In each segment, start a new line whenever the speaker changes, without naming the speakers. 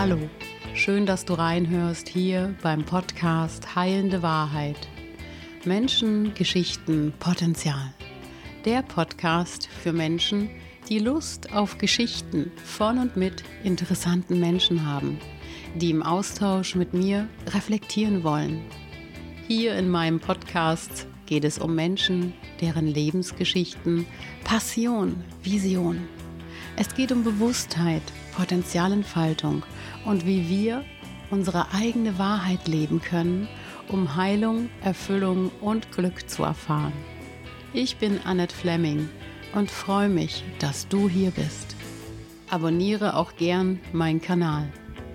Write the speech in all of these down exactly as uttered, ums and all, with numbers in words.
Hallo, schön, dass du reinhörst hier beim Podcast Heilende Wahrheit. Menschen, Geschichten, Potenzial. Der Podcast für Menschen, die Lust auf Geschichten von und mit interessanten Menschen haben, die im Austausch mit mir reflektieren wollen. Hier in meinem Podcast geht es um Menschen, deren Lebensgeschichten, Passion, Vision. Es geht um Bewusstheit, Potenzialentfaltung und wie wir unsere eigene Wahrheit leben können, um Heilung, Erfüllung und Glück zu erfahren. Ich bin Annette Fleming und freue mich, dass du hier bist. Abonniere auch gern meinen Kanal.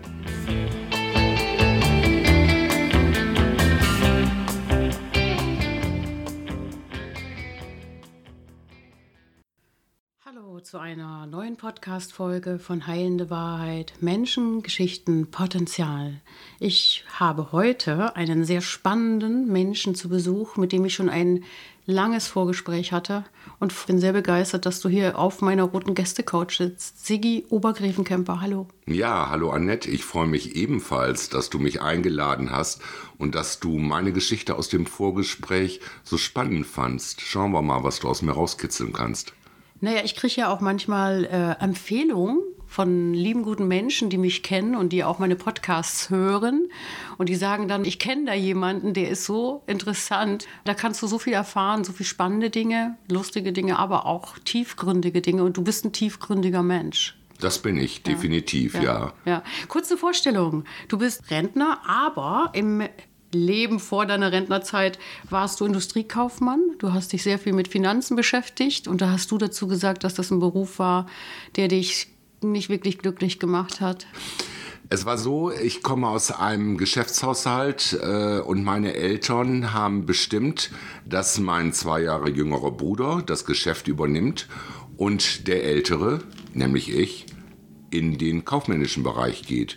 Hallo zu einer neuen Podcast-Folge von Heilende Wahrheit, Menschen, Geschichten, Potenzial. Ich habe heute einen sehr spannenden Menschen zu Besuch, mit dem ich schon ein langes Vorgespräch hatte und bin sehr begeistert, dass du hier auf meiner roten Gäste-Couch sitzt. Siggi Obergräfenkemper, hallo.
Ja, hallo Annette, ich freue mich ebenfalls, dass du mich eingeladen hast und dass du meine Geschichte aus dem Vorgespräch so spannend fandst. Schauen wir mal, was du aus mir rauskitzeln kannst.
Naja, ich kriege ja auch manchmal äh, Empfehlungen von lieben, guten Menschen, die mich kennen und die auch meine Podcasts hören. Und die sagen dann, ich kenne da jemanden, der ist so interessant. Da kannst du so viel erfahren, so viel spannende Dinge, lustige Dinge, aber auch tiefgründige Dinge. Und du bist ein tiefgründiger Mensch.
Das bin ich, definitiv, ja.
ja. ja. Kurze Vorstellung. Du bist Rentner, aber im Leben vor deiner Rentnerzeit warst du Industriekaufmann. Du hast dich sehr viel mit Finanzen beschäftigt und da hast du dazu gesagt, dass das ein Beruf war, der dich nicht wirklich glücklich gemacht hat.
Es war so, ich komme aus einem Geschäftshaushalt äh, und meine Eltern haben bestimmt, dass mein zwei Jahre jüngerer Bruder das Geschäft übernimmt und der Ältere, nämlich ich, in den kaufmännischen Bereich geht.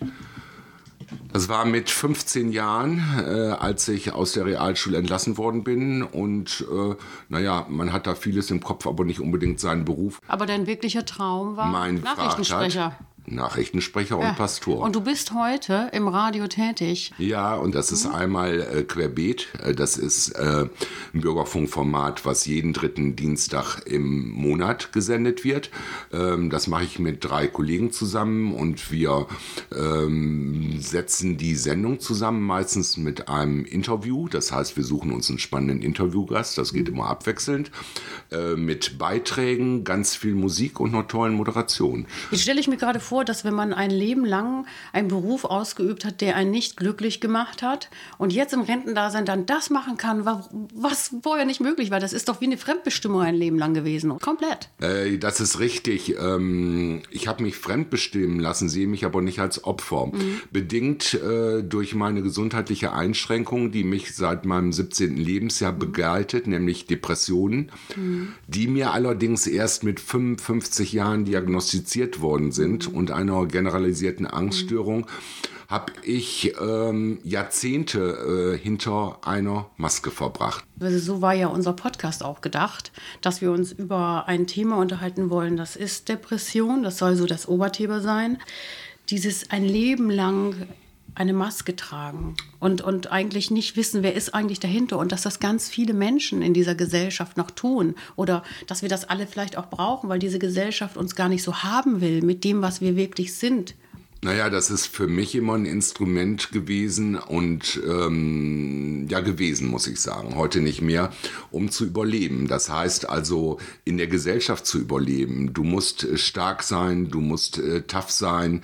Das war mit fünfzehn Jahren, äh, als ich aus der Realschule entlassen worden bin. Und äh, naja, man hat da vieles im Kopf, aber nicht unbedingt seinen Beruf.
Aber dein wirklicher Traum war
mein
Nachrichtensprecher.
Hat, Nachrichtensprecher
ja.
und Pastor.
Und du bist heute im Radio tätig.
Ja, und das ist mhm. einmal äh, Querbeet. Das ist äh, ein Bürgerfunkformat, was jeden dritten Dienstag im Monat gesendet wird. Ähm, das mache ich mit drei Kollegen zusammen und wir ähm, setzen die Sendung zusammen, meistens mit einem Interview. Das heißt, wir suchen uns einen spannenden Interviewgast. Das geht mhm. immer abwechselnd. Äh, mit Beiträgen, ganz viel Musik und einer tollen Moderation.
Jetzt stelle ich mir gerade vor, dass wenn man ein Leben lang einen Beruf ausgeübt hat, der einen nicht glücklich gemacht hat und jetzt im Rentendasein dann das machen kann, was vorher nicht möglich war. Das ist doch wie eine Fremdbestimmung ein Leben lang gewesen. Komplett.
Äh, das ist richtig. Ähm, ich habe mich fremdbestimmen lassen, sehe mich aber nicht als Opfer. Mhm. Bedingt äh, durch meine gesundheitliche Einschränkung, die mich seit meinem siebzehnten Lebensjahr mhm. begleitet, nämlich Depressionen, mhm. die mir allerdings erst mit fünfundfünfzig Jahren diagnostiziert worden sind. Mhm. Und einer generalisierten Angststörung mhm. habe ich ähm, Jahrzehnte äh, hinter einer Maske verbracht.
Also so war ja unser Podcast auch gedacht, dass wir uns über ein Thema unterhalten wollen. Das ist Depression, das soll so das Oberthema sein. Dieses ein Leben lang eine Maske tragen und, und eigentlich nicht wissen, wer ist eigentlich dahinter und dass das ganz viele Menschen in dieser Gesellschaft noch tun oder dass wir das alle vielleicht auch brauchen, weil diese Gesellschaft uns gar nicht so haben will mit dem, was wir wirklich sind.
Naja, das ist für mich immer ein Instrument gewesen und ähm, ja gewesen, muss ich sagen, heute nicht mehr, um zu überleben. Das heißt also, in der Gesellschaft zu überleben. Du musst äh, stark sein, du musst äh, tough sein.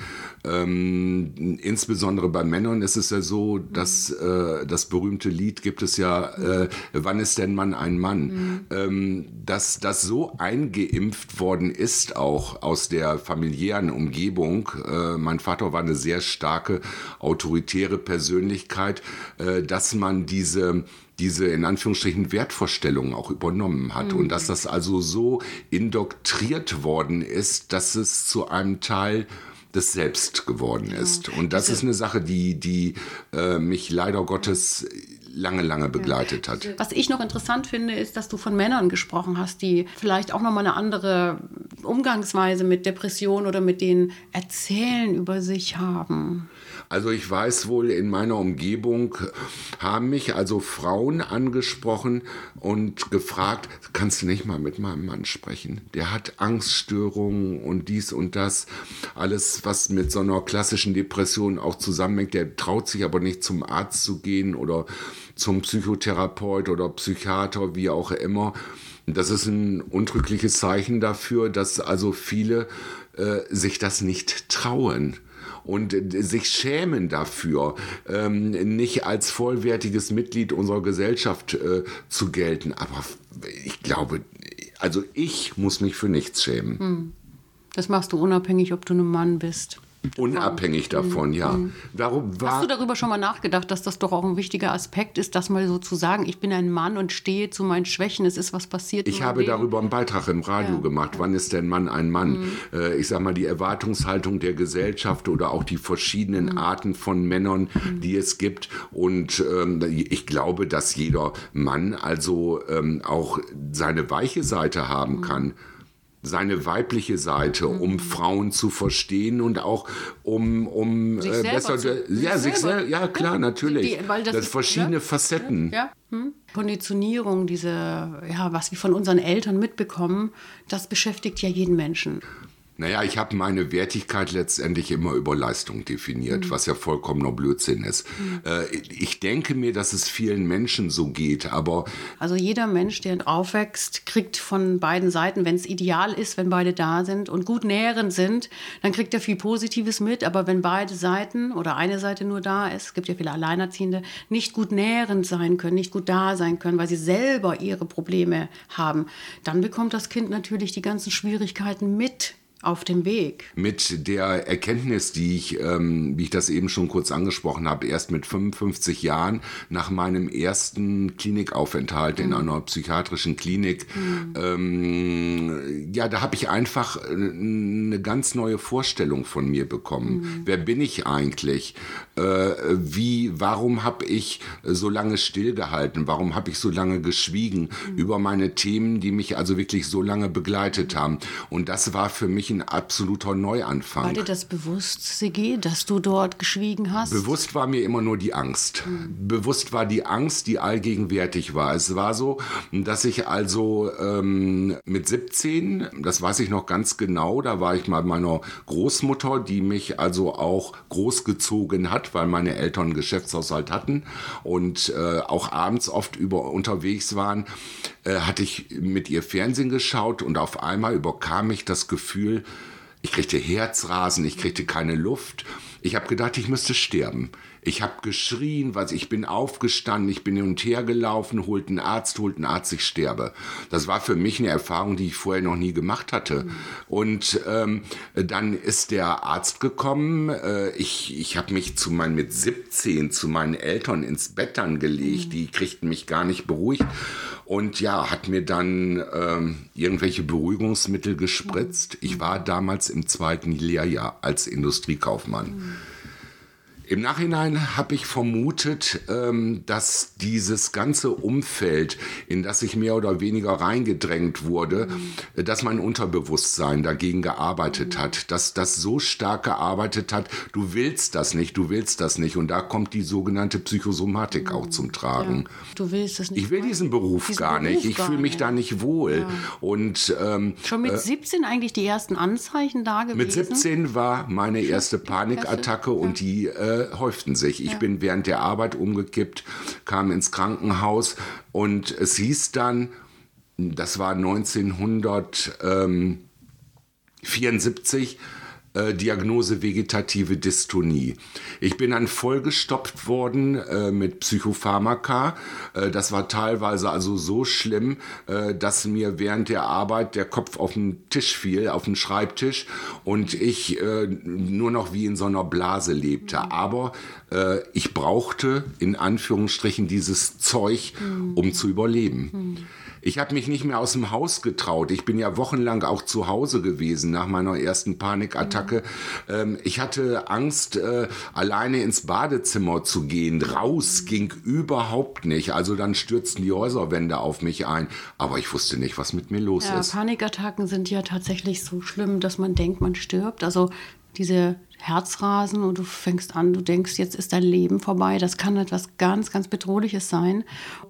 Ähm, insbesondere bei Männern ist es ja so, dass äh, das berühmte Lied gibt es ja, äh, wann ist denn Mann ein Mann? Mhm. Ähm, dass das so eingeimpft worden ist, auch aus der familiären Umgebung. Äh, mein Vater war eine sehr starke, autoritäre Persönlichkeit, äh, dass man diese diese in Anführungsstrichen Wertvorstellungen auch übernommen hat. Mhm. Und dass das also so indoktriert worden ist, dass es zu einem Teil des Selbst geworden ist. Ja. Und das ist eine Sache, die, die äh, mich leider Gottes lange, lange begleitet hat.
Was ich noch interessant finde, ist, dass du von Männern gesprochen hast, die vielleicht auch nochmal eine andere Umgangsweise mit Depressionen oder mit den Erzählen über sich haben?
Also ich weiß wohl, in meiner Umgebung haben mich also Frauen angesprochen und gefragt, kannst du nicht mal mit meinem Mann sprechen? Der hat Angststörungen und dies und das. Alles, was mit so einer klassischen Depression auch zusammenhängt. Der traut sich aber nicht zum Arzt zu gehen oder zum Psychotherapeut oder Psychiater, wie auch immer. Das ist ein untrügliches Zeichen dafür, dass also viele äh, sich das nicht trauen. Und sich schämen dafür, ähm, nicht als vollwertiges Mitglied unserer Gesellschaft äh, zu gelten. Aber ich glaube, also ich muss mich für nichts schämen.
Hm. Das machst du unabhängig, ob du ein Mann bist.
Unabhängig davon, ja. Warum war
Hast du darüber schon mal nachgedacht, dass das doch auch ein wichtiger Aspekt ist, das mal so zu sagen, ich bin ein Mann und stehe zu meinen Schwächen, es ist was passiert.
Ich habe Leben. darüber einen Beitrag im Radio ja. gemacht, wann ist denn Mann ein Mann? Mhm. Äh, ich sage mal, die Erwartungshaltung der Gesellschaft oder auch die verschiedenen mhm. Arten von Männern, mhm. die es gibt. Und ähm, ich glaube, dass jeder Mann also ähm, auch seine weiche Seite haben mhm. kann. Seine weibliche Seite, um mhm. Frauen zu verstehen und auch um, um
sich
äh, besser...
Zu,
ja, sich selber. Ja, klar, natürlich.
Die, weil das
das
ist,
verschiedene
ja,
Facetten.
Ja, hm. Konditionierung, diese, ja, was wir von unseren Eltern mitbekommen, das beschäftigt ja jeden Menschen.
Naja, ich habe meine Wertigkeit letztendlich immer über Leistung definiert, mhm. was ja vollkommener Blödsinn ist. Mhm. Äh, ich denke mir, dass es vielen Menschen so geht, aber...
Also jeder Mensch, der aufwächst, kriegt von beiden Seiten, wenn es ideal ist, wenn beide da sind und gut nährend sind, dann kriegt er viel Positives mit. Aber wenn beide Seiten oder eine Seite nur da ist, es gibt ja viele Alleinerziehende, nicht gut nährend sein können, nicht gut da sein können, weil sie selber ihre Probleme haben, dann bekommt das Kind natürlich die ganzen Schwierigkeiten mit. Auf dem Weg.
Mit der Erkenntnis, die ich, ähm, wie ich das eben schon kurz angesprochen habe, erst mit fünfundfünfzig Jahren nach meinem ersten Klinikaufenthalt mhm. in einer psychiatrischen Klinik, mhm. ähm, ja, da habe ich einfach eine ganz neue Vorstellung von mir bekommen. Mhm. Wer bin ich eigentlich? Äh, wie, warum habe ich so lange stillgehalten? Warum habe ich so lange geschwiegen mhm. über meine Themen, die mich also wirklich so lange begleitet haben? Und das war für mich ein absoluter Neuanfang.
War dir das bewusst, Sigi, dass du dort geschwiegen hast?
Bewusst war mir immer nur die Angst. Mhm. Bewusst war die Angst, die allgegenwärtig war. Es war so, dass ich also ähm, mit siebzehn, das weiß ich noch ganz genau, da war ich mal meiner Großmutter, die mich also auch großgezogen hat, weil meine Eltern einen Geschäftshaushalt hatten und äh, auch abends oft über unterwegs waren, äh, hatte ich mit ihr Fernsehen geschaut und auf einmal überkam mich das Gefühl, ich kriegte Herzrasen, ich kriegte keine Luft. Ich habe gedacht, ich müsste sterben. Ich habe geschrien, was ich bin aufgestanden, ich bin hin und her gelaufen, holt einen Arzt, holt einen Arzt, ich sterbe. Das war für mich eine Erfahrung, die ich vorher noch nie gemacht hatte. Mhm. Und ähm, dann ist der Arzt gekommen. Äh, ich ich habe mich zu meinen, mit siebzehn zu meinen Eltern ins Bett dann gelegt. Mhm. Die kriegten mich gar nicht beruhigt. Und ja, hat mir dann ähm, irgendwelche Beruhigungsmittel gespritzt. Ich war damals im zweiten Lehrjahr als Industriekaufmann. Mhm. Im Nachhinein habe ich vermutet, ähm, dass dieses ganze Umfeld, in das ich mehr oder weniger reingedrängt wurde, mhm. dass mein Unterbewusstsein dagegen gearbeitet mhm. hat, dass das so stark gearbeitet hat, du willst das nicht, du willst das nicht. Und da kommt die sogenannte Psychosomatik mhm. auch zum Tragen.
Ja. Du willst es nicht.
Ich will diesen Beruf diesen gar Beruf nicht, ich fühle mich da nicht wohl. Ja. Und, ähm,
Schon mit siebzehn eigentlich die ersten Anzeichen da gewesen?
Mit siebzehn war meine erste Panikattacke ja. und die äh, häuften sich. Ich ja. bin während der Arbeit umgekippt, kam ins Krankenhaus und es hieß dann, das war neunzehnhundertvierundsiebzig, äh, Diagnose vegetative Dystonie. Ich bin dann vollgestopft worden äh, mit Psychopharmaka. Äh, das war teilweise also so schlimm, äh, dass mir während der Arbeit der Kopf auf den Tisch fiel, auf den Schreibtisch und ich äh, nur noch wie in so einer Blase lebte. Mhm. Aber äh, ich brauchte in Anführungsstrichen dieses Zeug, mhm. um zu überleben. Mhm. Ich habe mich nicht mehr aus dem Haus getraut. Ich bin ja wochenlang auch zu Hause gewesen nach meiner ersten Panikattacke. Mhm. Ähm, ich hatte Angst, äh, alleine ins Badezimmer zu gehen. Raus ging überhaupt nicht. Also dann stürzten die Häuserwände auf mich ein. Aber ich wusste nicht, was mit mir los
ja,
ist.
Panikattacken sind ja tatsächlich so schlimm, dass man denkt, man stirbt. Also diese Herzrasen und du fängst an, du denkst, jetzt ist dein Leben vorbei. Das kann etwas ganz, ganz Bedrohliches sein.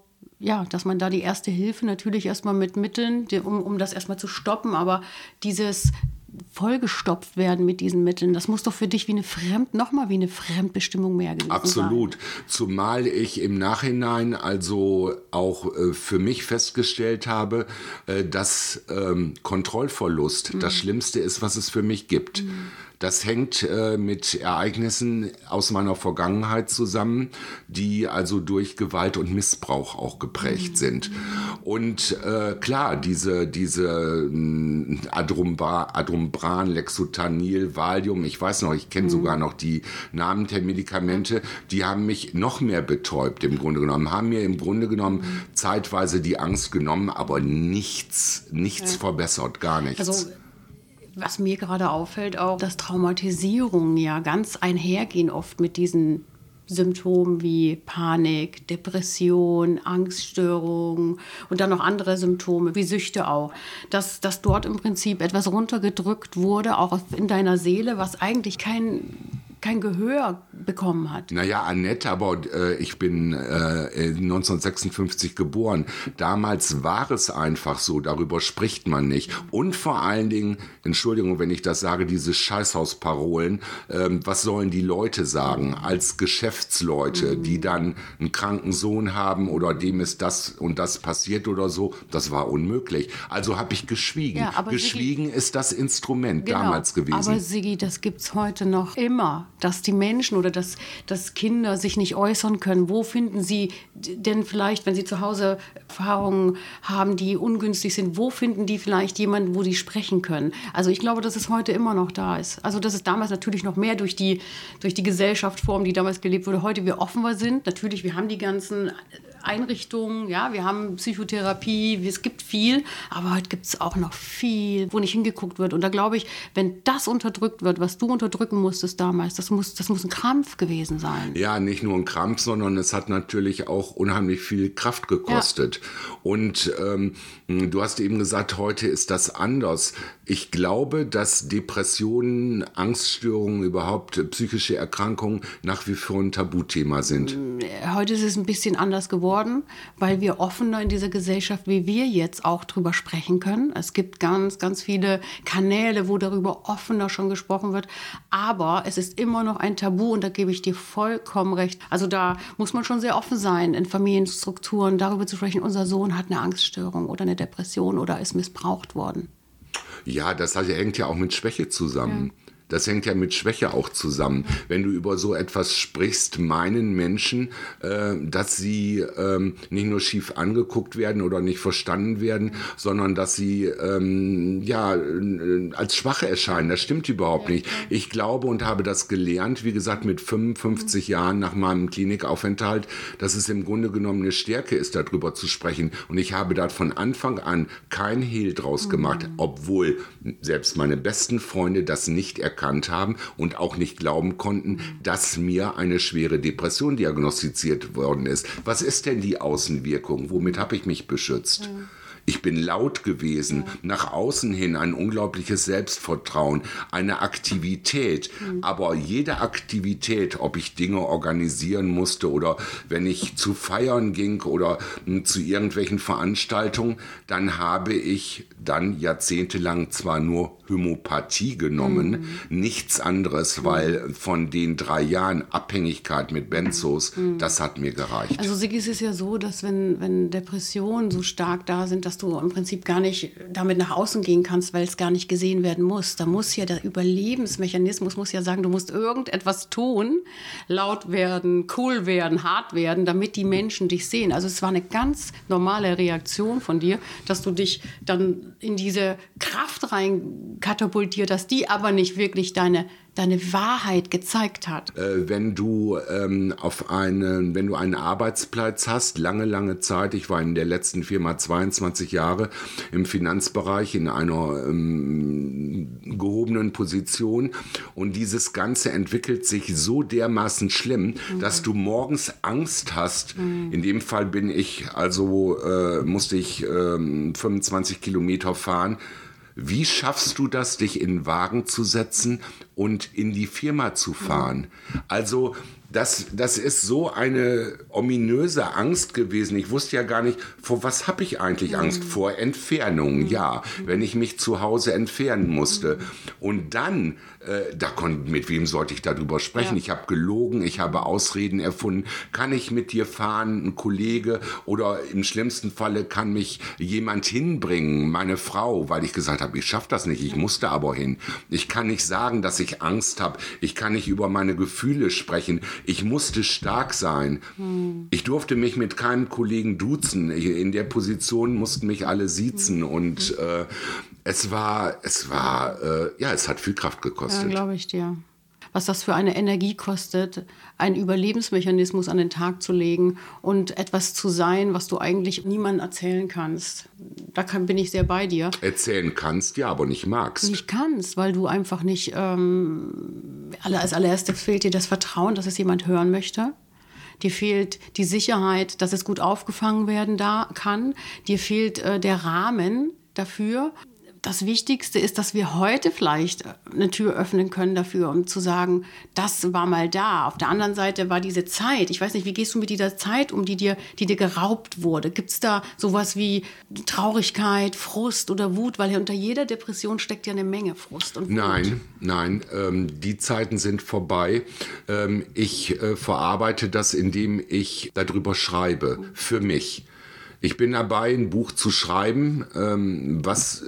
Ja, dass man da die erste Hilfe natürlich erstmal mit Mitteln, um, um das erstmal zu stoppen, aber dieses vollgestopft werden mit diesen Mitteln, das muss doch für dich wie eine Fremd, nochmal wie eine Fremdbestimmung mehr gewesen
Absolut.
sein.
Zumal ich im Nachhinein also auch äh, für mich festgestellt habe, äh, dass ähm, Kontrollverlust mhm. das Schlimmste ist, was es für mich gibt. Mhm. Das hängt äh, mit Ereignissen aus meiner Vergangenheit zusammen, die also durch Gewalt und Missbrauch auch geprägt mhm. sind. Und äh, klar, diese, diese äh, Adrumbra, Adrumbran, Lexotanil, Valium, ich weiß noch, ich kenne mhm. sogar noch die Namen der Medikamente, die haben mich noch mehr betäubt im Grunde genommen, haben mir im Grunde genommen mhm. zeitweise die Angst genommen, aber nichts, nichts ja. verbessert, gar nichts.
Also was mir gerade auffällt, auch, dass Traumatisierungen ja ganz einhergehen oft mit diesen Symptomen wie Panik, Depression, Angststörungen und dann noch andere Symptome wie Süchte auch. Dass, dass dort im Prinzip etwas runtergedrückt wurde, auch in deiner Seele, was eigentlich kein kein Gehör bekommen hat.
Naja, Annette, aber äh, ich bin äh, neunzehnhundertsechsundfünfzig geboren. Damals war es einfach so, darüber spricht man nicht. Und vor allen Dingen, Entschuldigung, wenn ich das sage, diese Scheißhausparolen, ähm, was sollen die Leute sagen als Geschäftsleute, mhm. die dann einen kranken Sohn haben oder dem ist das und das passiert oder so, das war unmöglich. Also habe ich geschwiegen. Ja, geschwiegen Sigi, ist das Instrument genau, damals gewesen.
Aber Sigi, das gibt's heute noch immer. Dass die Menschen oder dass, dass Kinder sich nicht äußern können. Wo finden sie denn vielleicht, wenn sie zu Hause Erfahrungen haben, die ungünstig sind, wo finden die vielleicht jemanden, wo die sprechen können? Also ich glaube, dass es heute immer noch da ist. Also dass es damals natürlich noch mehr durch die, durch die Gesellschaftsform, die damals gelebt wurde, heute wir offener sind. Natürlich, wir haben die ganzen Einrichtungen, ja, wir haben Psychotherapie, es gibt viel, aber heute gibt es auch noch viel, wo nicht hingeguckt wird. Und da glaube ich, wenn das unterdrückt wird, was du unterdrücken musstest damals, das muss, das muss ein Krampf gewesen sein.
Ja, nicht nur ein Krampf, sondern es hat natürlich auch unheimlich viel Kraft gekostet. Ja. Und ähm, du hast eben gesagt, heute ist das anders. Ich glaube, dass Depressionen, Angststörungen, überhaupt psychische Erkrankungen nach wie vor ein Tabuthema sind.
Heute ist es ein bisschen anders geworden, weil wir offener in dieser Gesellschaft, wie wir jetzt auch drüber sprechen können. Es gibt ganz, ganz viele Kanäle, wo darüber offener schon gesprochen wird. Aber es ist immer noch ein Tabu und da gebe ich dir vollkommen recht. Also da muss man schon sehr offen sein, in Familienstrukturen darüber zu sprechen, unser Sohn hat eine Angststörung oder eine Depression oder ist missbraucht worden.
Ja, das hängt ja auch mit Schwäche zusammen. Ja. Das hängt ja mit Schwäche auch zusammen. Wenn du über so etwas sprichst, meinen Menschen, äh, dass sie ähm, nicht nur schief angeguckt werden oder nicht verstanden werden, sondern dass sie ähm, ja äh, als schwach erscheinen. Das stimmt überhaupt nicht. Ich glaube und habe das gelernt, wie gesagt, mit fünfundfünfzig Jahren nach meinem Klinikaufenthalt, dass es im Grunde genommen eine Stärke ist, darüber zu sprechen. Und ich habe da von Anfang an kein Hehl draus gemacht, mhm. obwohl selbst meine besten Freunde das nicht erkannt haben und auch nicht glauben konnten, dass mir eine schwere Depression diagnostiziert worden ist. Was ist denn die Außenwirkung? Womit habe ich mich beschützt? Mhm. Ich bin laut gewesen, ja. nach außen hin ein unglaubliches Selbstvertrauen, eine Aktivität. Mhm. Aber jede Aktivität, ob ich Dinge organisieren musste oder wenn ich zu Feiern ging oder m, zu irgendwelchen Veranstaltungen, dann habe ich dann jahrzehntelang zwar nur Homöopathie genommen, mhm. nichts anderes, mhm. weil von den drei Jahren Abhängigkeit mit Benzos, mhm. das hat mir gereicht.
Also Sigi, es ist ja so, dass wenn, wenn Depressionen so stark da sind, dass du im Prinzip gar nicht damit nach außen gehen kannst, weil es gar nicht gesehen werden muss. Da muss ja der Überlebensmechanismus muss ja sagen, du musst irgendetwas tun, laut werden, cool werden, hart werden, damit die Menschen dich sehen. Also es war eine ganz normale Reaktion von dir, dass du dich dann in diese Kraft rein katapultiert hast, die aber nicht wirklich deine deine Wahrheit gezeigt hat.
Äh, wenn du ähm, auf eine, wenn du einen Arbeitsplatz hast, lange, lange Zeit, ich war in der letzten Firma zweiundzwanzig Jahre im Finanzbereich in einer ähm, gehobenen Position und dieses Ganze entwickelt sich so dermaßen schlimm, mhm. dass du morgens Angst hast. Mhm. In dem Fall bin ich, also äh, musste ich äh, fünfundzwanzig Kilometer fahren. Wie schaffst du das, dich in den Wagen zu setzen und in die Firma zu fahren? Also das, das ist so eine ominöse Angst gewesen. Ich wusste ja gar nicht, vor was habe ich eigentlich Angst? Vor Entfernung, ja. Wenn ich mich zu Hause entfernen musste. Und dann, äh, da kon, mit wem sollte ich darüber sprechen? Ja. Ich habe gelogen, ich habe Ausreden erfunden. Kann ich mit dir fahren, ein Kollege? Oder im schlimmsten Falle kann mich jemand hinbringen, meine Frau, weil ich gesagt habe, ich schaffe das nicht, ich musste aber hin. Ich kann nicht sagen, dass ich Angst habe. Ich kann nicht über meine Gefühle sprechen. Ich musste stark sein. Hm. Ich durfte mich mit keinem Kollegen duzen. In der Position mussten mich alle siezen. Und äh, es war, es war, äh, ja, es hat viel Kraft gekostet.
Ja, glaube ich dir. Was das für eine Energie kostet, einen Überlebensmechanismus an den Tag zu legen und etwas zu sein, was du eigentlich niemandem erzählen kannst. Da kann, bin ich sehr bei dir.
Erzählen kannst, ja, aber nicht magst.
Nicht kannst, weil du einfach nicht, ähm, als allererstes fehlt dir das Vertrauen, dass es jemand hören möchte. Dir fehlt die Sicherheit, dass es gut aufgefangen werden da kann. Dir fehlt äh, der Rahmen dafür. Das Wichtigste ist, dass wir heute vielleicht eine Tür öffnen können dafür, um zu sagen, das war mal da. Auf der anderen Seite war diese Zeit, ich weiß nicht, wie gehst du mit dieser Zeit um, die dir, die dir geraubt wurde? Gibt es da sowas wie Traurigkeit, Frust oder Wut? Weil unter jeder Depression steckt ja eine Menge Frust und Wut.
Nein, nein, ähm, die Zeiten sind vorbei. Ähm, ich äh, verarbeite das, indem ich darüber schreibe, für mich. Ich bin dabei, ein Buch zu schreiben, ähm, was äh,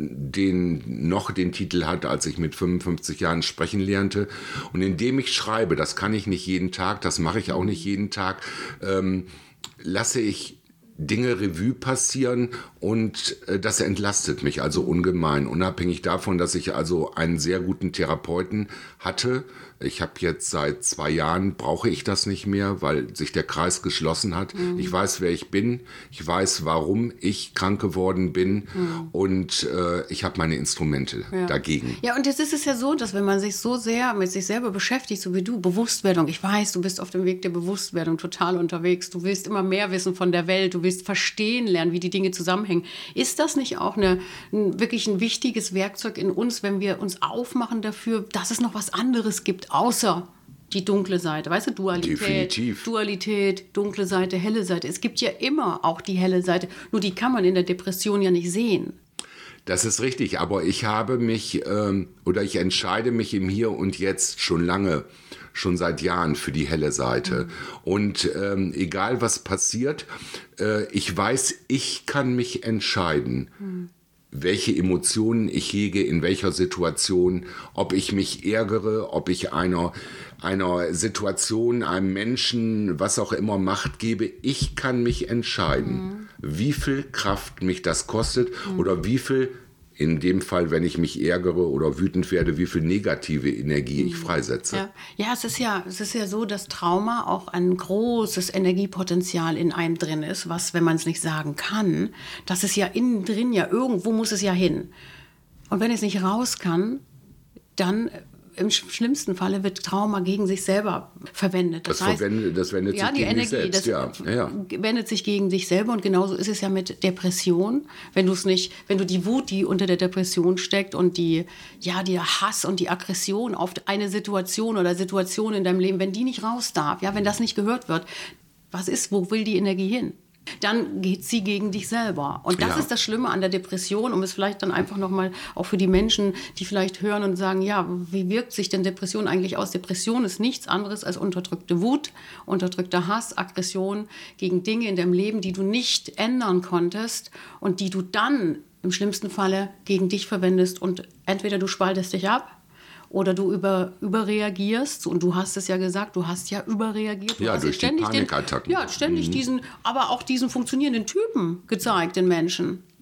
den, noch den Titel hat, als ich mit fünfundfünfzig Jahren sprechen lernte. Und indem ich schreibe, das kann ich nicht jeden Tag, das mache ich auch nicht jeden Tag, ähm, lasse ich Dinge Revue passieren und äh, das entlastet mich also ungemein, unabhängig davon, dass ich also einen sehr guten Therapeuten hatte. Ich habe jetzt seit zwei Jahren, brauche ich das nicht mehr, weil sich der Kreis geschlossen hat. Mhm. Ich weiß, wer ich bin. Ich weiß, warum ich krank geworden bin. Mhm. Und äh, ich habe meine Instrumente ja. dagegen.
Ja, und jetzt ist es ja so, dass wenn man sich so sehr mit sich selber beschäftigt, so wie du, Bewusstwerdung. Ich weiß, du bist auf dem Weg der Bewusstwerdung total unterwegs. Du willst immer mehr wissen von der Welt. Du willst verstehen lernen, wie die Dinge zusammenhängen. Ist das nicht auch eine, ein, wirklich ein wichtiges Werkzeug in uns, wenn wir uns aufmachen dafür, dass es noch was anderes gibt, außer die dunkle Seite, weißt du, Dualität,
Definitiv.
Dualität, dunkle Seite, helle Seite. Es gibt ja immer auch die helle Seite, nur die kann man in der Depression ja nicht sehen.
Das ist richtig, aber ich habe mich ähm, oder ich entscheide mich im Hier und Jetzt schon lange, schon seit Jahren für die helle Seite. Mhm. Und ähm, egal was passiert, äh, ich weiß, ich kann mich entscheiden. Mhm. welche Emotionen ich hege, in welcher Situation, ob ich mich ärgere, ob ich einer, einer Situation, einem Menschen, was auch immer Macht gebe. Ich kann mich entscheiden, mhm. wie viel Kraft mich das kostet mhm. oder wie viel, in dem Fall, wenn ich mich ärgere oder wütend werde, wie viel negative Energie ich freisetze.
Ja, ja, es ist ja, es ist ja so, dass Trauma auch ein großes Energiepotenzial in einem drin ist, was, wenn man es nicht sagen kann, das ist ja innen drin, ja irgendwo muss es ja hin. Und wenn es nicht raus kann, dann im schlimmsten Falle wird Trauma gegen sich selber verwendet.
Das,
das heißt,
verwendet, das wendet
ja,
sich
die
gegen
Energie,
sich selbst.
Das
ja. Ja, ja.
wendet sich gegen sich selber und genauso ist es ja mit Depression. Wenn du es nicht, wenn du die Wut, die unter der Depression steckt und die, ja, der Hass und die Aggression auf eine Situation oder Situation in deinem Leben, wenn die nicht raus darf, ja, wenn das nicht gehört wird, was ist, wo will die Energie hin? Dann geht sie gegen dich selber. Und das
ja.
ist das Schlimme an der Depression, um es vielleicht dann einfach nochmal auch für die Menschen, die vielleicht hören und sagen, ja, wie wirkt sich denn Depression eigentlich aus? Depression ist nichts anderes als unterdrückte Wut, unterdrückter Hass, Aggression gegen Dinge in deinem Leben, die du nicht ändern konntest und die du dann im schlimmsten Falle gegen dich verwendest und entweder du spaltest dich ab, oder du über, überreagierst. Und du hast es ja gesagt, du hast ja überreagiert. Du
ja,
hast
durch die Panikattacken.
Den, ja, ständig mhm. diesen, aber auch diesen funktionierenden Typen gezeigt den Menschen.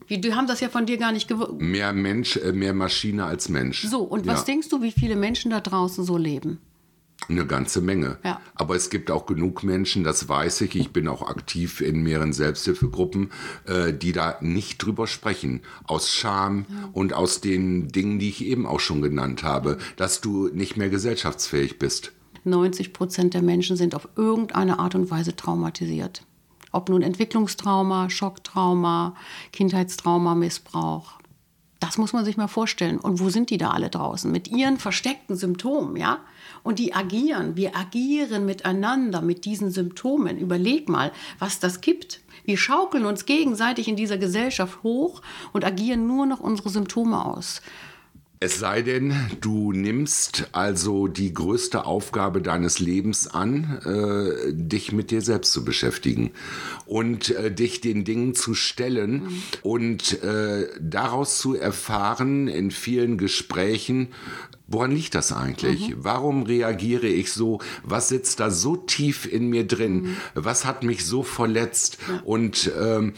Die, die haben das ja von dir gar nicht gewusst.
Mehr Mensch, äh, mehr Maschine als Mensch.
So, und was
ja.
denkst du, wie viele Menschen da draußen so leben?
Eine ganze Menge.
Ja.
Aber es gibt auch genug Menschen, das weiß ich, ich bin auch aktiv in mehreren Selbsthilfegruppen, äh, die da nicht drüber sprechen. Aus Scham ja. und aus den Dingen, die ich eben auch schon genannt habe, dass du nicht mehr gesellschaftsfähig bist.
neunzig Prozent der Menschen sind auf irgendeine Art und Weise traumatisiert. Ob nun Entwicklungstrauma, Schocktrauma, Kindheitstrauma, Missbrauch. Das muss man sich mal vorstellen. Und wo sind die da alle draußen? Mit ihren versteckten Symptomen, ja? Und die agieren. Wir agieren miteinander mit diesen Symptomen. Überleg mal, was das gibt. Wir schaukeln uns gegenseitig in dieser Gesellschaft hoch und agieren nur noch unsere Symptome aus.
Es sei denn, du nimmst also die größte Aufgabe deines Lebens an, äh, dich mit dir selbst zu beschäftigen und äh, dich den Dingen zu stellen mhm. und äh, daraus zu erfahren in vielen Gesprächen, woran liegt das eigentlich? Mhm. Warum reagiere ich so? Was sitzt da so tief in mir drin? Mhm. Was hat mich so verletzt? Ja. Und ähm,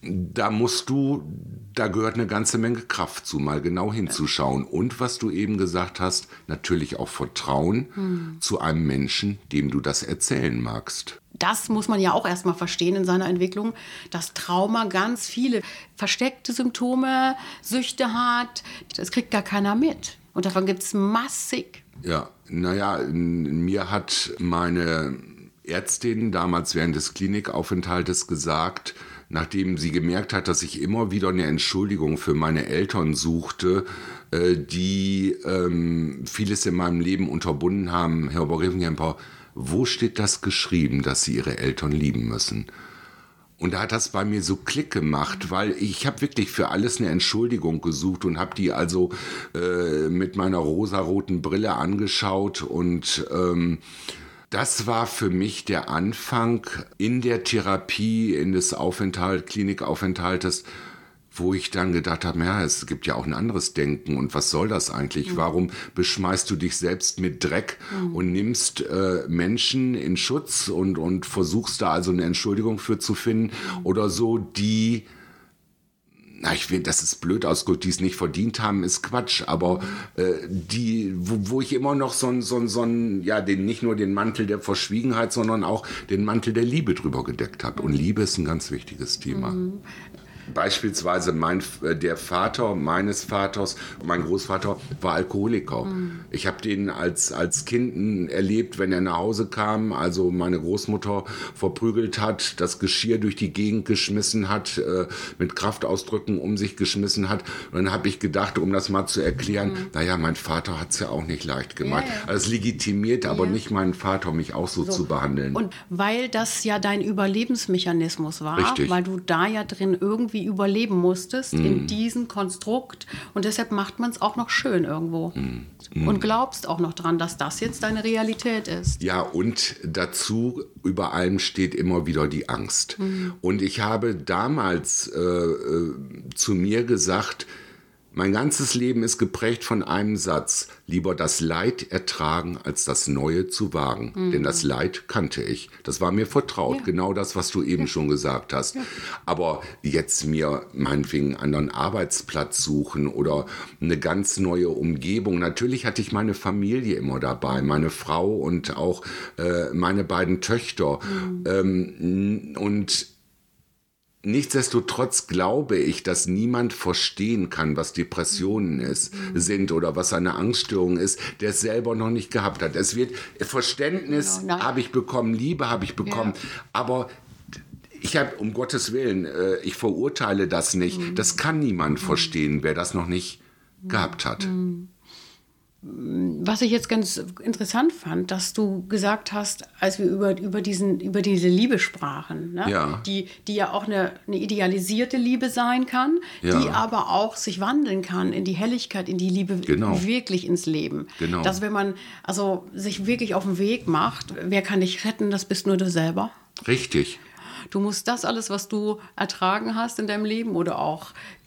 da musst du, da gehört eine ganze Menge Kraft zu, mal genau hinzuschauen. Und was du eben gesagt hast, natürlich auch Vertrauen hm. zu einem Menschen, dem du das erzählen magst.
Das muss man ja auch erstmal verstehen in seiner Entwicklung, dass Trauma ganz viele versteckte Symptome, Süchte hat. Das kriegt gar keiner mit. Und davon gibt es massig.
Ja, naja, mir hat meine Ärztin damals während des Klinikaufenthaltes gesagt, nachdem sie gemerkt hat, dass ich immer wieder eine Entschuldigung für meine Eltern suchte, äh, die ähm, vieles in meinem Leben unterbunden haben. Herr Oberrevenkemper, wo steht das geschrieben, dass Sie Ihre Eltern lieben müssen? Und da hat das bei mir so Klick gemacht, weil ich habe wirklich für alles eine Entschuldigung gesucht und habe die also äh, mit meiner rosaroten Brille angeschaut und ähm, das war für mich der Anfang in der Therapie, in des Aufenthalt, Klinikaufenthaltes, wo ich dann gedacht habe, ja, es gibt ja auch ein anderes Denken und was soll das eigentlich? Mhm. Warum beschmeißt du dich selbst mit Dreck mhm. und nimmst äh, Menschen in Schutz und, und versuchst da also eine Entschuldigung für zu finden mhm. oder so, die... Na, ich will, das ist blöd ausgedrückt, die es nicht verdient haben, ist Quatsch, aber äh, die, wo, wo ich immer noch so ein, so ein, so ein, ja, den, nicht nur den Mantel der Verschwiegenheit, sondern auch den Mantel der Liebe drüber gedeckt habe. Und Liebe ist ein ganz wichtiges Thema. Mhm. Beispielsweise mein, der Vater meines Vaters, mein Großvater, war Alkoholiker. Mhm. Ich habe den als, als Kind erlebt, wenn er nach Hause kam, also meine Großmutter verprügelt hat, das Geschirr durch die Gegend geschmissen hat, äh, mit Kraftausdrücken um sich geschmissen hat. Und dann habe ich gedacht, um das mal zu erklären, mhm. naja, mein Vater hat es ja auch nicht leicht gemacht. Ja, ja. Also es legitimiert aber ja. nicht meinen Vater, mich auch so, so zu behandeln.
Und weil das ja dein Überlebensmechanismus war,
Richtig.
Weil du da ja drin irgendwie überleben musstest mm. in diesem Konstrukt und deshalb macht man es auch noch schön irgendwo mm. und glaubst auch noch dran, dass das jetzt deine Realität ist.
Ja, und dazu über allem steht immer wieder die Angst. Mm. Und ich habe damals äh, äh, zu mir gesagt, mein ganzes Leben ist geprägt von einem Satz: Lieber das Leid ertragen, als das Neue zu wagen. Mhm. Denn das Leid kannte ich. Das war mir vertraut. Ja. Genau das, was du eben ja. schon gesagt hast. Ja. Aber jetzt mir meinetwegen einen anderen Arbeitsplatz suchen oder eine ganz neue Umgebung. Natürlich hatte ich meine Familie immer dabei, meine Frau und auch äh, meine beiden Töchter. Mhm. Ähm, und nichtsdestotrotz glaube ich, dass niemand verstehen kann, was Depressionen ist, sind oder was eine Angststörung ist, der es selber noch nicht gehabt hat. Es wird Verständnis genau, habe ich bekommen, Liebe habe ich bekommen, ja. aber ich habe, um Gottes Willen, äh, ich verurteile das nicht. Mhm. Das kann niemand mhm. verstehen, wer das noch nicht mhm. gehabt hat.
Mhm. Was ich jetzt ganz interessant fand, dass du gesagt hast, als wir über, über, diesen, über diese Liebe sprachen, ne?
ja.
Die, die ja auch eine, eine idealisierte Liebe sein kann, ja. die aber auch sich wandeln kann in die Helligkeit, in die Liebe
genau.
wirklich ins Leben.
Genau.
Dass wenn man also sich wirklich auf den Weg macht, wer kann dich retten, das bist nur du selber.
Richtig.
Du musst das alles, was du ertragen hast in deinem Leben oder auch gut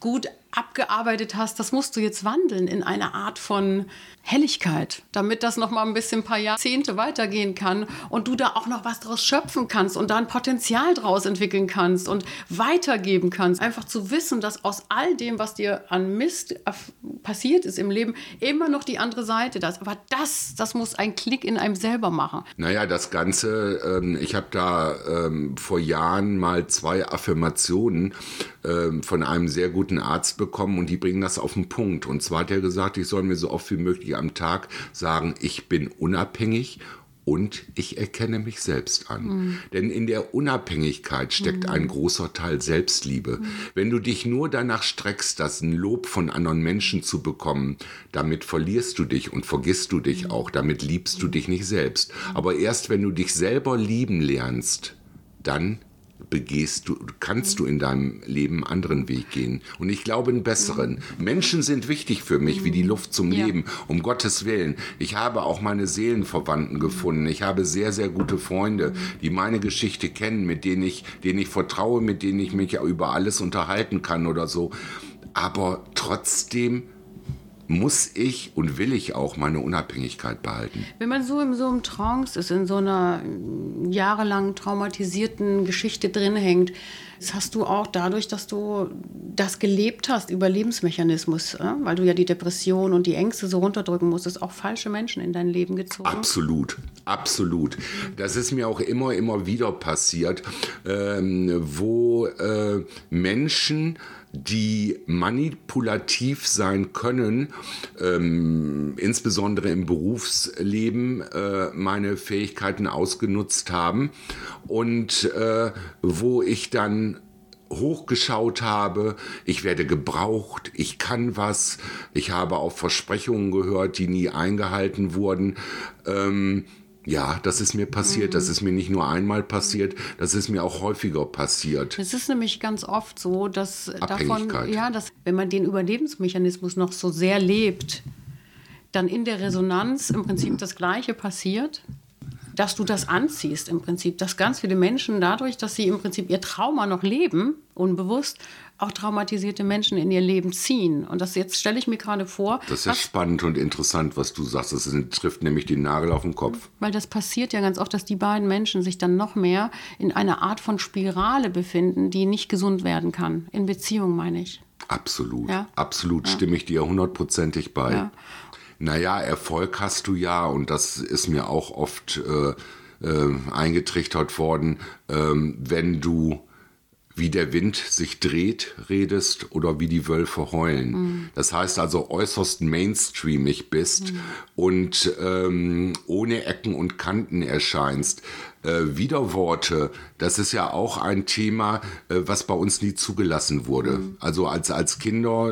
abgearbeitet hast, das musst du jetzt wandeln in eine Art von Helligkeit, damit das noch mal ein bisschen ein paar Jahrzehnte weitergehen kann und du da auch noch was draus schöpfen kannst und da ein Potenzial draus entwickeln kannst und weitergeben kannst. Einfach zu wissen, dass aus all dem, was dir an Mist passiert ist im Leben, immer noch die andere Seite da ist. Aber das, das muss ein Klick in einem selber machen.
Naja, das Ganze, ähm, ich habe da ähm, vor Jahren mal zwei Affirmationen ähm, von einem sehr guten Arzt bekommen und die bringen das auf den Punkt. Und zwar hat er gesagt, ich soll mir so oft wie möglich am Tag sagen, ich bin unabhängig und ich erkenne mich selbst an. Mhm. Denn in der Unabhängigkeit steckt mhm. ein großer Teil Selbstliebe. Mhm. Wenn du dich nur danach streckst, das ein Lob von anderen Menschen zu bekommen, damit verlierst du dich und vergisst du dich mhm. auch, damit liebst du dich nicht selbst. Aber erst wenn du dich selber lieben lernst, dann begehst du, kannst du in deinem Leben einen anderen Weg gehen. Und ich glaube, einen besseren. Menschen sind wichtig für mich, wie die Luft zum ja. Leben, um Gottes Willen. Ich habe auch meine Seelenverwandten gefunden. Ich habe sehr, sehr gute Freunde, die meine Geschichte kennen, mit denen ich, denen ich vertraue, mit denen ich mich über alles unterhalten kann oder so. Aber trotzdem muss ich und will ich auch meine Unabhängigkeit behalten.
Wenn man so in so einem Trance ist, in so einer jahrelang traumatisierten Geschichte drin hängt, das hast du auch dadurch, dass du das gelebt hast, Überlebensmechanismus, äh? weil du ja die Depression und die Ängste so runterdrücken musstest, auch falsche Menschen in dein Leben gezogen.
Absolut, absolut. Das ist mir auch immer, immer wieder passiert, ähm, wo äh, Menschen, die manipulativ sein können, ähm, insbesondere im Berufsleben, äh, meine Fähigkeiten ausgenutzt haben und äh, wo ich dann hochgeschaut habe, ich werde gebraucht, ich kann was, ich habe auf Versprechungen gehört, die nie eingehalten wurden. Ähm, Ja, das ist mir passiert. Mhm. Das ist mir nicht nur einmal passiert, das ist mir auch häufiger passiert.
Es ist nämlich ganz oft so, dass davon, ja, dass wenn man den Überlebensmechanismus noch so sehr lebt, dann in der Resonanz im Prinzip das Gleiche passiert, dass du das anziehst im Prinzip, dass ganz viele Menschen dadurch, dass sie im Prinzip ihr Trauma noch leben, unbewusst, auch traumatisierte Menschen in ihr Leben ziehen. Und das jetzt stelle ich mir gerade vor.
Das ist ja spannend und interessant, was du sagst. Das trifft nämlich den Nagel auf den Kopf.
Weil das passiert ja ganz oft, dass die beiden Menschen sich dann noch mehr in einer Art von Spirale befinden, die nicht gesund werden kann. In Beziehung, meine ich.
Absolut.
Ja?
Absolut
Ja.
Stimme ich dir hundertprozentig bei.
Ja.
Naja, Erfolg hast du ja, und das ist mir auch oft äh, äh, eingetrichtert worden, ähm, wenn du wie der Wind sich dreht, redest oder wie die Wölfe heulen. Mhm. Das heißt also äußerst mainstreamig bist mhm. und ähm, ohne Ecken und Kanten erscheinst. Äh, Widerworte, das ist ja auch ein Thema, äh, was bei uns nie zugelassen wurde. Mhm. Also als, als Kinder,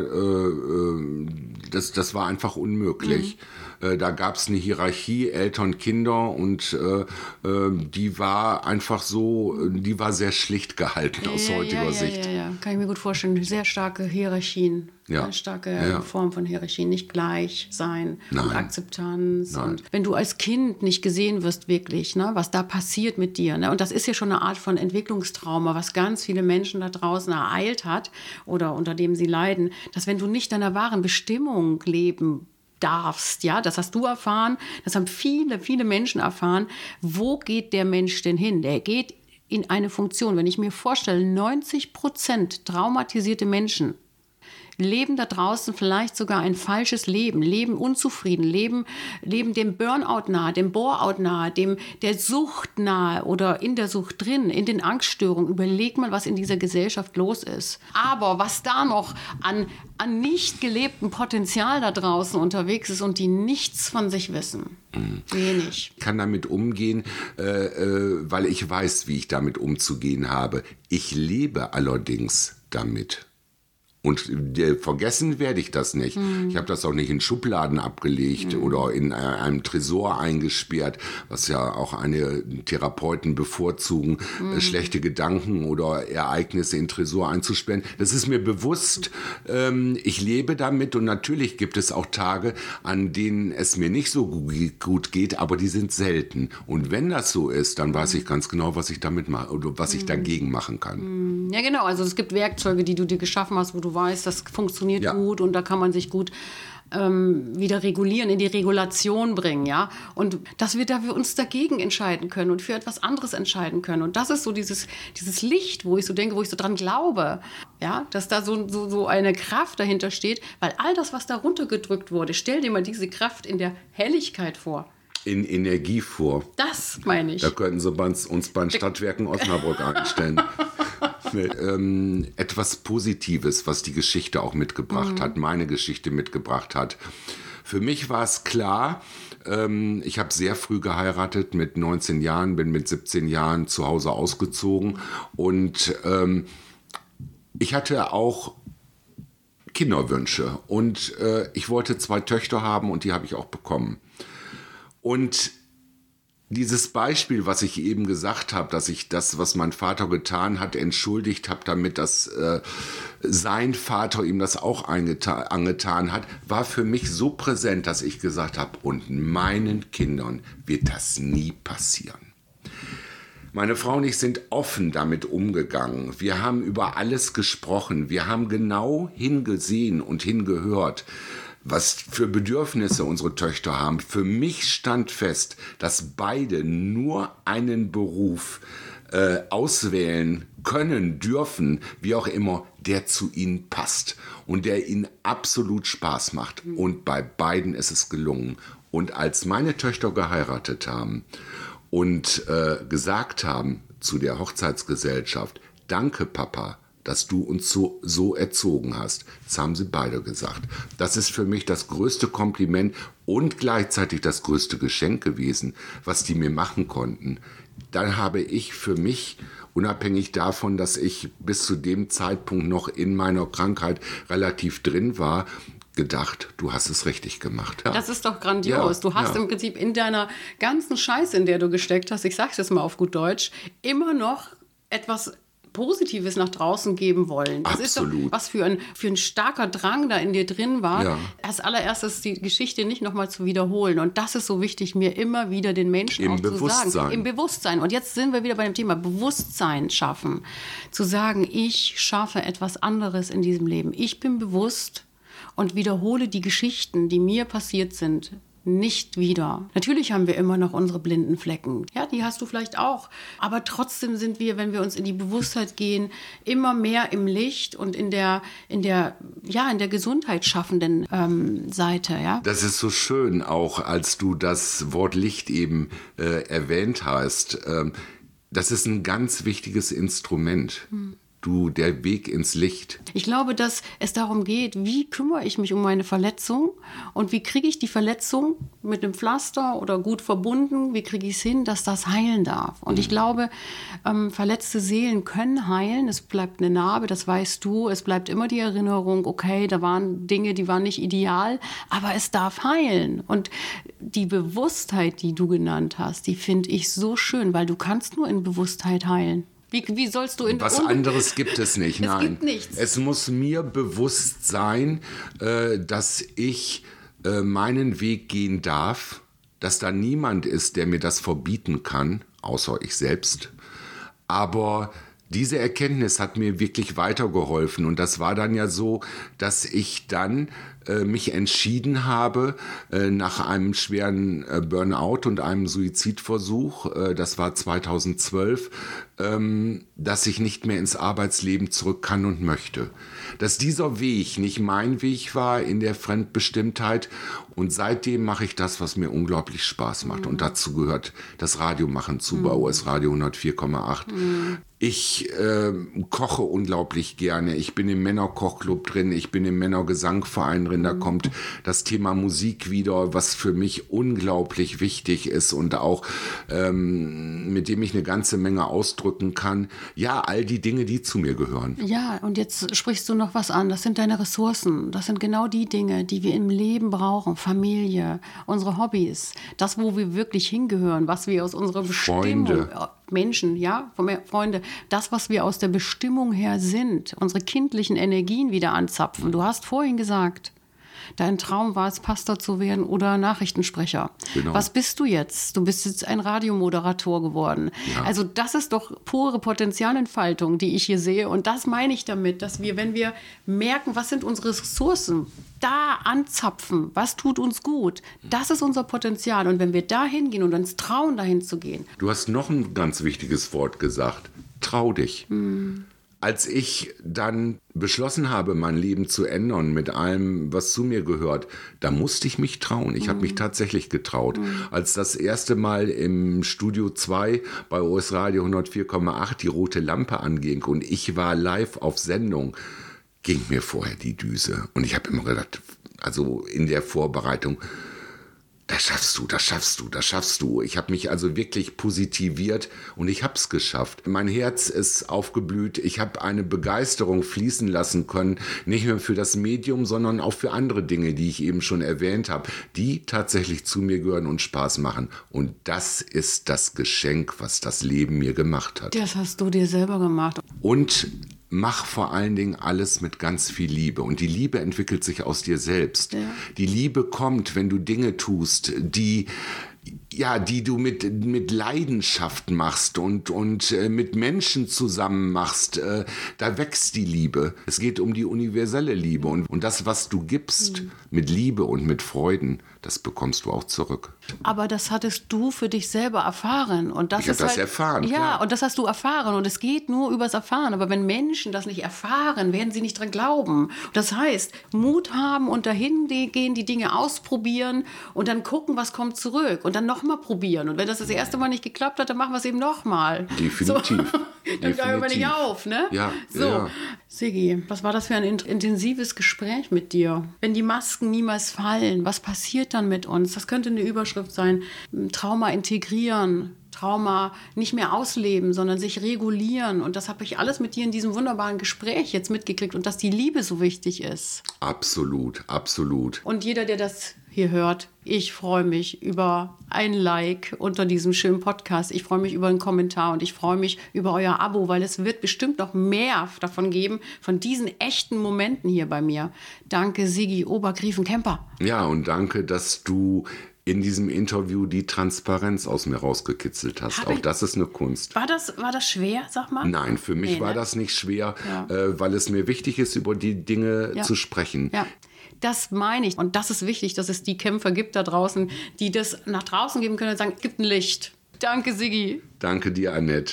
äh, das, das war einfach unmöglich. Mhm. Äh, da gab es eine Hierarchie, Eltern, Kinder und äh, äh, die war einfach so, die war sehr schlicht gehalten aus
ja,
heutiger
ja, ja,
Sicht.
Ja, ja, kann ich mir gut vorstellen. Sehr starke Hierarchien.
Ja.
Eine starke
ja.
Form von Hierarchien, nicht gleich sein
Nein.
und Akzeptanz.
Nein.
Und wenn du als Kind nicht gesehen wirst, wirklich, ne, was da passiert mit dir. Ne? Und das ist ja schon eine Art von Entwicklungstrauma, was ganz viele Menschen da draußen ereilt hat oder unter dem sie leiden, dass wenn du nicht deiner wahren Bestimmung leben darfst, ja, das hast du erfahren, das haben viele, viele Menschen erfahren. Wo geht der Mensch denn hin? Der geht in eine Funktion. Wenn ich mir vorstelle, neunzig Prozent traumatisierte Menschen leben da draußen vielleicht sogar ein falsches Leben, leben unzufrieden, leben, leben dem Burnout nahe, dem Bore-out nahe, dem der Sucht nahe oder in der Sucht drin, in den Angststörungen. Überleg mal, was in dieser Gesellschaft los ist. Aber was da noch an, an nicht gelebtem Potenzial da draußen unterwegs ist und die nichts von sich wissen. Mhm. Wenig.
Ich kann damit umgehen, äh, äh, weil ich weiß, wie ich damit umzugehen habe. Ich lebe allerdings damit. Und äh, vergessen werde ich das nicht. Mhm. Ich habe das auch nicht in Schubladen abgelegt mhm. oder in äh, einem Tresor eingesperrt, was ja auch eine Therapeuten bevorzugen, mhm. äh, schlechte Gedanken oder Ereignisse in Tresor einzusperren. Das ist mir bewusst. Ähm, ich lebe damit und natürlich gibt es auch Tage, an denen es mir nicht so gut geht, aber die sind selten. Und wenn das so ist, dann weiß ich ganz genau, was ich damit mache oder was ich dagegen machen kann.
Ja, genau. Also es gibt Werkzeuge, die du dir geschaffen hast, wo du du weißt, das funktioniert
ja.
gut und da kann man sich gut ähm, wieder regulieren, in die Regulation bringen, ja. Und dass wir da für uns dagegen entscheiden können und für etwas anderes entscheiden können. Und das ist so dieses, dieses Licht, wo ich so denke, wo ich so dran glaube, ja, dass da so, so, so eine Kraft dahinter steht, weil all das, was da runtergedrückt wurde, stell dir mal diese Kraft in der Helligkeit vor.
In Energiefuhr.
Das meine ich.
Da könnten sie uns bei den Stadtwerken Osnabrück einstellen. ähm, etwas Positives, was die Geschichte auch mitgebracht mhm. hat, meine Geschichte mitgebracht hat. Für mich war es klar, ähm, ich habe sehr früh geheiratet, mit neunzehn Jahren, bin mit siebzehn Jahren zu Hause ausgezogen und ähm, ich hatte auch Kinderwünsche und äh, ich wollte zwei Töchter haben und die habe ich auch bekommen. Und dieses Beispiel, was ich eben gesagt habe, dass ich das, was mein Vater getan hat, entschuldigt habe, damit dass äh, sein Vater ihm das auch eingeta- angetan hat, war für mich so präsent, dass ich gesagt habe, und meinen Kindern wird das nie passieren. Meine Frau und ich sind offen damit umgegangen. Wir haben über alles gesprochen. Wir haben genau hingesehen und hingehört, was für Bedürfnisse unsere Töchter haben. Für mich stand fest, dass beide nur einen Beruf äh, auswählen können, dürfen, wie auch immer, der zu ihnen passt und der ihnen absolut Spaß macht. Und bei beiden ist es gelungen. Und als meine Töchter geheiratet haben und äh, gesagt haben zu der Hochzeitsgesellschaft, danke Papa, dass du uns so, so erzogen hast. Das haben sie beide gesagt. Das ist für mich das größte Kompliment und gleichzeitig das größte Geschenk gewesen, was die mir machen konnten. Dann habe ich für mich, unabhängig davon, dass ich bis zu dem Zeitpunkt noch in meiner Krankheit relativ drin war, gedacht, du hast es richtig gemacht. Ja.
Das ist doch grandios. Ja, du hast ja. im Prinzip in deiner ganzen Scheiße, in der du gesteckt hast, ich sag's jetzt mal auf gut Deutsch, immer noch etwas Positives nach draußen geben wollen. Das
Absolut.
Ist doch was für ein, für ein starker Drang da in dir drin war.
Ja.
Als allererstes die Geschichte nicht nochmal zu wiederholen. Und das ist so wichtig, mir immer wieder den Menschen
Im
auch
Bewusstsein.
zu sagen. Im Bewusstsein. Und jetzt sind wir wieder bei dem Thema Bewusstsein schaffen. Zu sagen, ich schaffe etwas anderes in diesem Leben. Ich bin bewusst und wiederhole die Geschichten, die mir passiert sind, nicht wieder. Natürlich haben wir immer noch unsere blinden Flecken. Ja, die hast du vielleicht auch. Aber trotzdem sind wir, wenn wir uns in die Bewusstheit gehen, immer mehr im Licht und in der, in der, ja, in der gesundheitsschaffenden ähm, Seite. Ja?
Das ist so schön, auch als du das Wort Licht eben äh, erwähnt hast. Ähm, das ist ein ganz wichtiges Instrument. Hm. Du, der Weg ins Licht.
Ich glaube, dass es darum geht, wie kümmere ich mich um meine Verletzung und wie kriege ich die Verletzung mit einem Pflaster oder gut verbunden, wie kriege ich es hin, dass das heilen darf. Und ich glaube, ähm, verletzte Seelen können heilen, es bleibt eine Narbe, das weißt du, es bleibt immer die Erinnerung, okay, da waren Dinge, die waren nicht ideal, aber es darf heilen. Und die Bewusstheit, die du genannt hast, die finde ich so schön, weil du kannst nur in Bewusstheit heilen. Wie, wie sollst du in
Was anderes gibt es nicht, nein.
Es gibt nichts.
Es muss mir bewusst sein, äh, dass ich äh, meinen Weg gehen darf, dass da niemand ist, der mir das verbieten kann, außer ich selbst. Aber diese Erkenntnis hat mir wirklich weitergeholfen. Und das war dann ja so, dass ich dann äh, mich entschieden habe, äh, nach einem schweren äh, Burnout und einem Suizidversuch, äh, das war zweitausendzwölf, ähm, dass ich nicht mehr ins Arbeitsleben zurück kann und möchte. Dass dieser Weg nicht mein Weg war in der Fremdbestimmtheit. Und seitdem mache ich das, was mir unglaublich Spaß macht. Mhm. Und dazu gehört das Radiomachen zu mhm. bei O S Radio hundertvier Komma acht. Mhm. Ich äh, koche unglaublich gerne. Ich bin im Männerkochclub drin. Ich bin im Männergesangverein drin. Da mhm. kommt das Thema Musik wieder, was für mich unglaublich wichtig ist und auch ähm, mit dem ich eine ganze Menge ausdrücken kann. Ja, all die Dinge, die zu mir gehören.
Ja, und jetzt sprichst du noch was an. Das sind deine Ressourcen. Das sind genau die Dinge, die wir im Leben brauchen. Familie, unsere Hobbys, das, wo wir wirklich hingehören, was wir aus unserer Bestimmung...
Freunde.
Menschen, ja, Freunde, das, was wir aus der Bestimmung her sind, unsere kindlichen Energien wieder anzapfen. Du hast vorhin gesagt, dein Traum war es, Pastor zu werden oder Nachrichtensprecher.
Genau.
Was bist du jetzt? Du bist jetzt ein Radiomoderator geworden. Ja. Also das ist doch pure Potenzialentfaltung, die ich hier sehe. Und das meine ich damit, dass wir, wenn wir merken, was sind unsere Ressourcen, da anzapfen, was tut uns gut, das ist unser Potenzial. Und wenn wir da hingehen und uns trauen, dahin zu gehen.
Du hast noch ein ganz wichtiges Wort gesagt. Trau dich. Hm. Als ich dann beschlossen habe, mein Leben zu ändern mit allem, was zu mir gehört, da musste ich mich trauen. Ich mhm. habe mich tatsächlich getraut. Mhm. Als das erste Mal im Studio zwei bei O S Radio hundertvier Komma acht die rote Lampe anging und ich war live auf Sendung, ging mir vorher die Düse. Und ich habe immer gedacht, also in der Vorbereitung, das schaffst du, das schaffst du, das schaffst du. Ich habe mich also wirklich positiviert und ich habe es geschafft. Mein Herz ist aufgeblüht. Ich habe eine Begeisterung fließen lassen können, nicht nur für das Medium, sondern auch für andere Dinge, die ich eben schon erwähnt habe, die tatsächlich zu mir gehören und Spaß machen. Und das ist das Geschenk, was das Leben mir gemacht hat.
Das hast du dir selber gemacht.
Und mach vor allen Dingen alles mit ganz viel Liebe. Und die Liebe entwickelt sich aus dir selbst. Ja. Die Liebe kommt, wenn du Dinge tust, die, ja, die du mit, mit Leidenschaft machst und, und äh, mit Menschen zusammen machst. Äh, da wächst die Liebe. Es geht um die universelle Liebe. Und, und das, was du gibst mhm. mit Liebe und mit Freuden, das bekommst du auch zurück.
Aber das hattest du für dich selber erfahren. Und das
ich habe das
halt,
erfahren,
Ja,
klar.
Und das hast du erfahren. Und es geht nur übers Erfahren. Aber wenn Menschen das nicht erfahren, werden sie nicht dran glauben. Das heißt, Mut haben und dahin gehen, die Dinge ausprobieren und dann gucken, was kommt zurück. Und dann nochmal probieren. Und wenn das das erste Mal nicht geklappt hat, dann machen wir es eben nochmal.
Definitiv.
So. Dann hören wir nicht auf, ne?
Ja,
so.
ja.
Siggi, was war das für ein intensives Gespräch mit dir? Wenn die Masken niemals fallen, was passiert dann mit uns? Das könnte eine Überschrift sein. Trauma integrieren, Trauma nicht mehr ausleben, sondern sich regulieren. Und das habe ich alles mit dir in diesem wunderbaren Gespräch jetzt mitgekriegt. Und dass die Liebe so wichtig ist.
Absolut, absolut.
Und jeder, der das hier hört, ich freue mich über ein Like unter diesem schönen Podcast. Ich freue mich über einen Kommentar und ich freue mich über euer Abo, weil es wird bestimmt noch mehr davon geben, von diesen echten Momenten hier bei mir. Danke, Siggi Obergriefenkemper.
Ja, und danke, dass du in diesem Interview die Transparenz aus mir rausgekitzelt hast. Auch das ist eine Kunst.
War das, war das schwer, sag mal?
Nein, für mich nee, war ne? das nicht schwer, ja. äh, weil es mir wichtig ist, über die Dinge ja. zu sprechen.
Ja. Das meine ich. Und das ist wichtig, dass es die Kämpfer gibt da draußen, die das nach draußen geben können und sagen, es gibt ein Licht. Danke, Siggi.
Danke dir, Annette.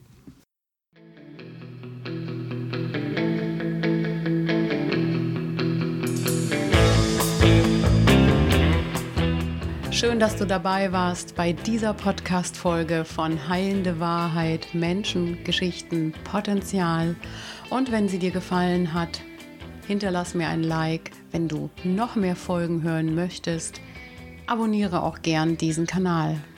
Schön, dass du dabei warst bei dieser Podcast-Folge von Heilende Wahrheit, Menschen, Geschichten, Potenzial. Und wenn sie dir gefallen hat, hinterlass mir ein Like. Wenn du noch mehr Folgen hören möchtest, abonniere auch gern diesen Kanal.